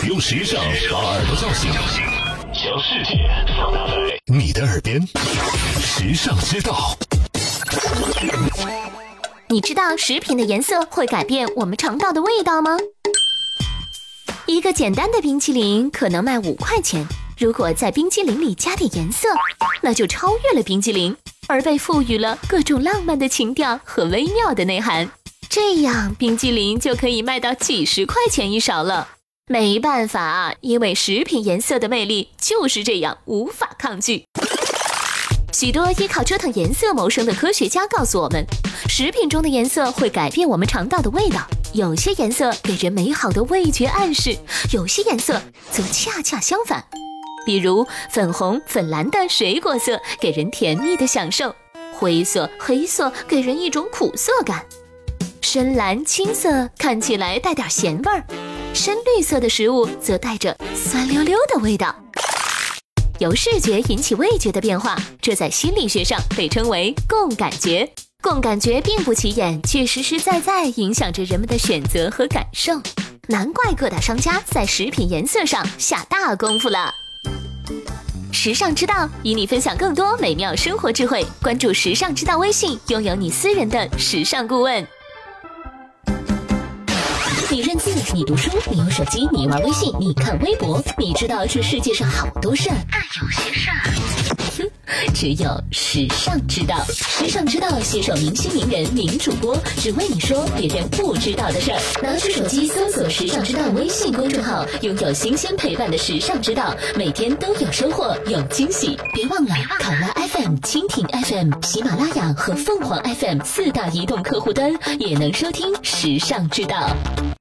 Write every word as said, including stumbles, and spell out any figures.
用时尚把耳朵叫醒，将世界放大在你的耳边。时尚之道。 你知道食品的颜色会改变我们尝到的味道吗？一个简单的冰淇淋可能卖五块钱，如果在冰淇淋里加点颜色，那就超越了冰淇淋，而被赋予了各种浪漫的情调和微妙的内涵。这样冰淇淋就可以卖到几十块钱一勺了。没办法啊，因为食品颜色的魅力就是这样，无法抗拒。许多依靠折腾颜色谋生的科学家告诉我们，食品中的颜色会改变我们尝到的味道。有些颜色给人美好的味觉暗示，有些颜色则恰恰相反。比如粉红、粉蓝的水果色给人甜蜜的享受，灰色、黑色给人一种苦涩感，深蓝、青色看起来带点咸味儿，深绿色的食物则带着酸溜溜的味道。由视觉引起味觉的变化，这在心理学上被称为共感觉。共感觉并不起眼，却实实在在影响着人们的选择和感受。难怪各大商家在食品颜色上下大功夫了。时尚之道，与你分享更多美妙生活智慧。关注时尚之道微信，拥有你私人的时尚顾问。你认字，你读书，你用手机，你玩微信，你看微博，你知道这世界上好多事儿，但有些事儿，哼，只有时尚知道。时尚知道携手明星名人名主播，只为你说别人不知道的事儿。拿出手机搜索时尚知道微信公众号，拥有新鲜陪伴的时尚知道，每天都有收获，有惊喜。别忘了考拉 F M、蜻蜓 F M、喜马拉雅和凤凰 F M 四大移动客户端也能收听时尚知道。